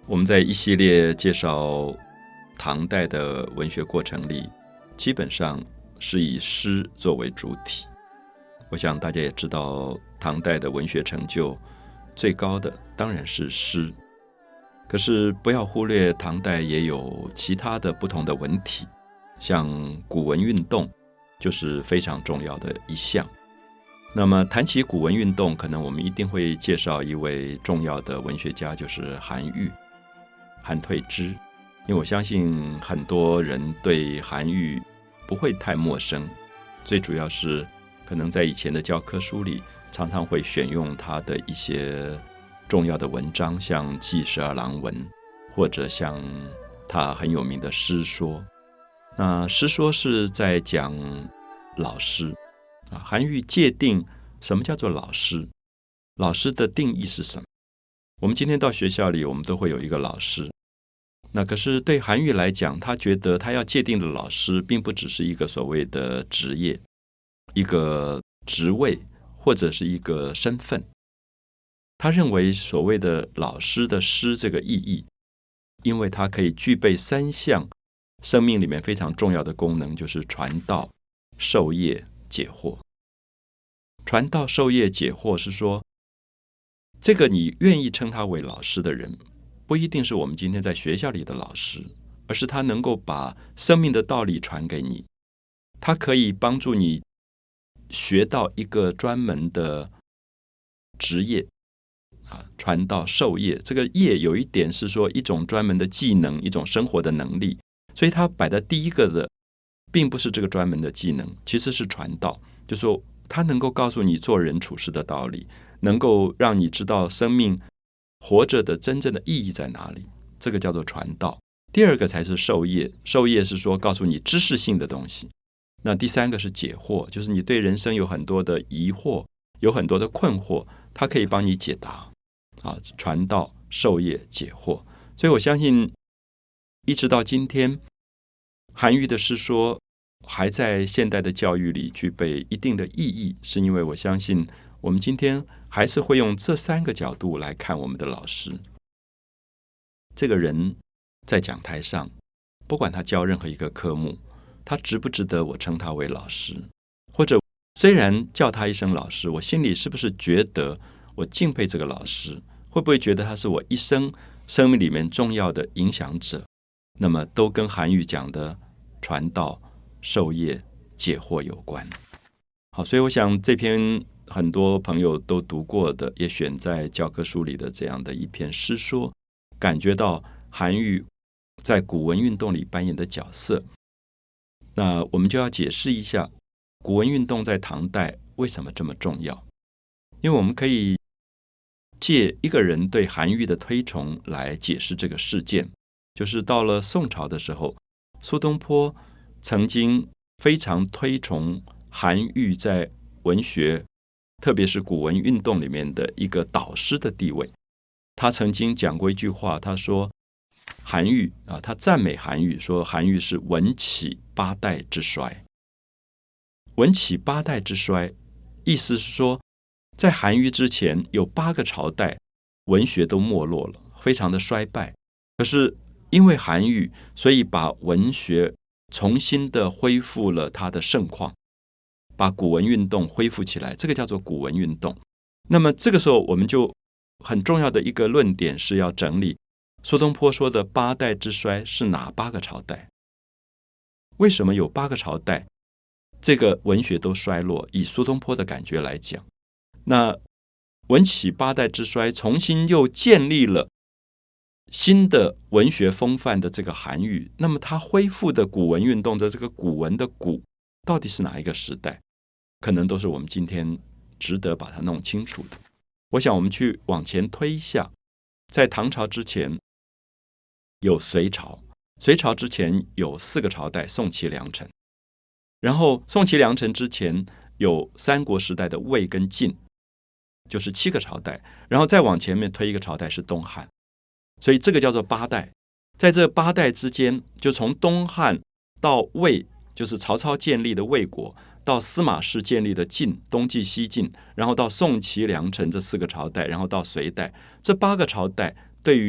我们在一系列介绍唐代的文学过程里，基本上是以诗作为主体。我想大家也知道，唐代的文学成就最高的当然是诗，可是不要忽略唐代也有其他的不同的文体，像古文运动就是非常重要的一项。那么谈起古文运动，可能我们一定会介绍一位重要的文学家，就是韩愈、韩退之。因为我相信很多人对韩愈不会太陌生，最主要是可能在以前的教科书里常常会选用他的一些重要的文章，像《记十二郎文》，或者像他很有名的诗说。那诗说是在讲老师，韩愈界定什么叫做老师，老师的定义是什么。我们今天到学校里，我们都会有一个老师，那可是对韩愈来讲，他觉得他要界定的老师并不只是一个所谓的职业，一个职位，或者是一个身份。他认为所谓的老师的师这个意义，因为它可以具备三项生命里面非常重要的功能，就是传道、授业、解惑。传道、授业、解惑是说，这个你愿意称他为老师的人，不一定是我们今天在学校里的老师，而是他能够把生命的道理传给你，他可以帮助你学到一个专门的职业，传道授业，这个业有一点是说一种专门的技能，一种生活的能力，所以他摆在第一个的并不是这个专门的技能，其实是传道，就是说他能够告诉你做人处事的道理，能够让你知道生命活着的真正的意义在哪里，这个叫做传道。第二个才是授业，授业是说告诉你知识性的东西。那第三个是解惑，就是你对人生有很多的疑惑，有很多的困惑，他可以帮你解答。传道、授业、解惑。所以我相信一直到今天，韩愈的诗说还在现代的教育里具备一定的意义，是因为我相信我们今天还是会用这三个角度来看我们的老师。这个人在讲台上，不管他教任何一个科目，他值不值得我称他为老师，或者虽然叫他一声老师，我心里是不是觉得我敬佩这个老师，会不会觉得他是我一生生命里面重要的影响者，那么都跟韩愈讲的传道、授业、解惑有关。好，所以我想这篇很多朋友都读过的，也选在教科书里的这样的一篇诗说，感觉到韩愈在古文运动里扮演的角色。那我们就要解释一下古文运动在唐代为什么这么重要，因为我们可以借一个人对韩愈的推崇来解释这个事件。就是到了宋朝的时候，苏东坡曾经非常推崇韩愈在文学，特别是古文运动里面的一个导师的地位。他曾经讲过一句话，他说韩愈他赞美韩愈，说韩愈是文起八代之衰。文起八代之衰，意思是说在韩愈之前有8个朝代文学都没落了，非常的衰败，可是因为韩愈，所以把文学重新的恢复了它的盛况，把古文运动恢复起来，这个叫做古文运动。那么这个时候我们就很重要的一个论点是要整理苏东坡说的8代之衰是哪8个朝代，为什么有8个朝代这个文学都衰落，以苏东坡的感觉来讲，那文起8代之衰重新又建立了新的文学风范的这个韩愈，那么他恢复的古文运动的这个古文的古到底是哪一个时代，可能都是我们今天值得把它弄清楚的。我想我们去往前推一下，在唐朝之前有隋朝，隋朝之前有4个朝代，宋齐梁陈，然后宋齐梁陈之前有三国时代的魏跟晋，就是7个朝代，然后再往前面推一个朝代是东汉，所以这个叫做8代。在这8代之间，就从东汉到魏，就是曹操建立的魏国，到司马氏建立的晋，东晋西晋，然后到宋齐梁陈这4个朝代，然后到隋代，这8个朝代对于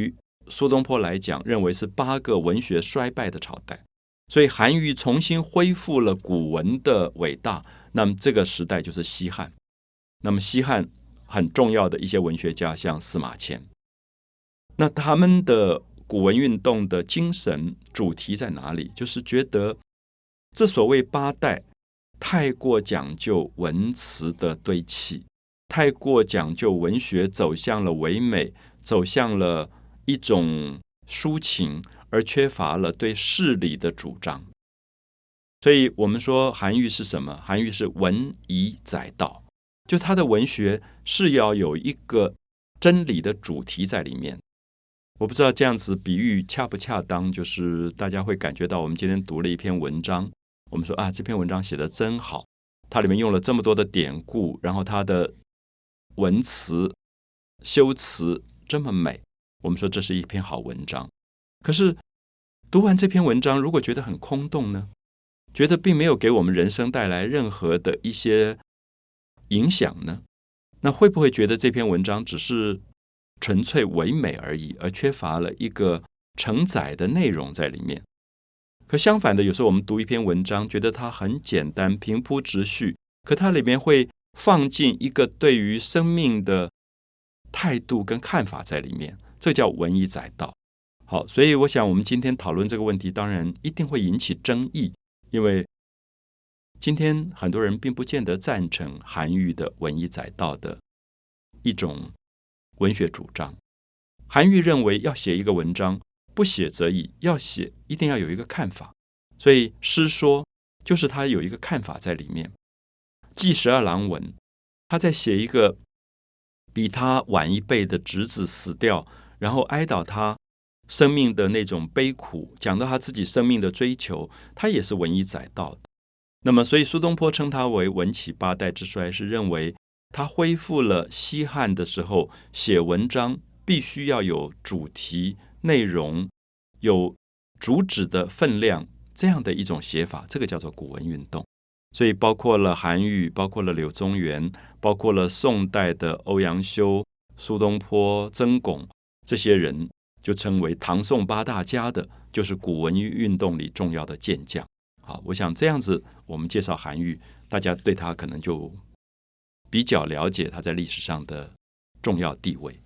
苏东坡来讲，认为是8个文学衰败的朝代，所以韩愈重新恢复了古文的伟大。那么这个时代就是西汉。那么西汉很重要的一些文学家，像司马迁，那他们的古文运动的精神主题在哪里？就是觉得这所谓8代太过讲究文词的堆砌，太过讲究文学走向了唯美，走向了一种抒情，而缺乏了对事理的主张。所以我们说韩愈是什么？韩愈是文以载道，就他的文学是要有一个真理的主题在里面。我不知道这样子比喻恰不恰当，就是大家会感觉到我们今天读了一篇文章，我们说这篇文章写得真好，它里面用了这么多的典故，然后它的文词修辞这么美，我们说这是一篇好文章。可是读完这篇文章，如果觉得很空洞呢？觉得并没有给我们人生带来任何的一些影响呢？那会不会觉得这篇文章只是纯粹唯美而已，而缺乏了一个承载的内容在里面？可相反的，有时候我们读一篇文章，觉得它很简单，平铺直叙，可它里面会放进一个对于生命的态度跟看法在里面，这叫文以载道。好，所以我想我们今天讨论这个问题，当然一定会引起争议，因为今天很多人并不见得赞成韩愈的文以载道的一种文学主张。韩愈认为要写一个文章，不写则已，要写一定要有一个看法，所以诗说就是他有一个看法在里面。祭12郎文，他在写一个比他晚一辈的侄子死掉，然后哀悼他生命的那种悲苦，讲到他自己生命的追求，他也是文以载道的。那么所以苏东坡称他为文起8代之衰，是认为他恢复了西汉的时候写文章必须要有主题内容，有主旨的分量，这样的一种写法，这个叫做古文运动。所以包括了韩愈，包括了柳宗元，包括了宋代的欧阳修、苏东坡、曾巩，这些人就称为唐宋8大家的，就是古文运动里重要的健将。好，我想这样子我们介绍韩愈，大家对他可能就比较了解他在历史上的重要地位。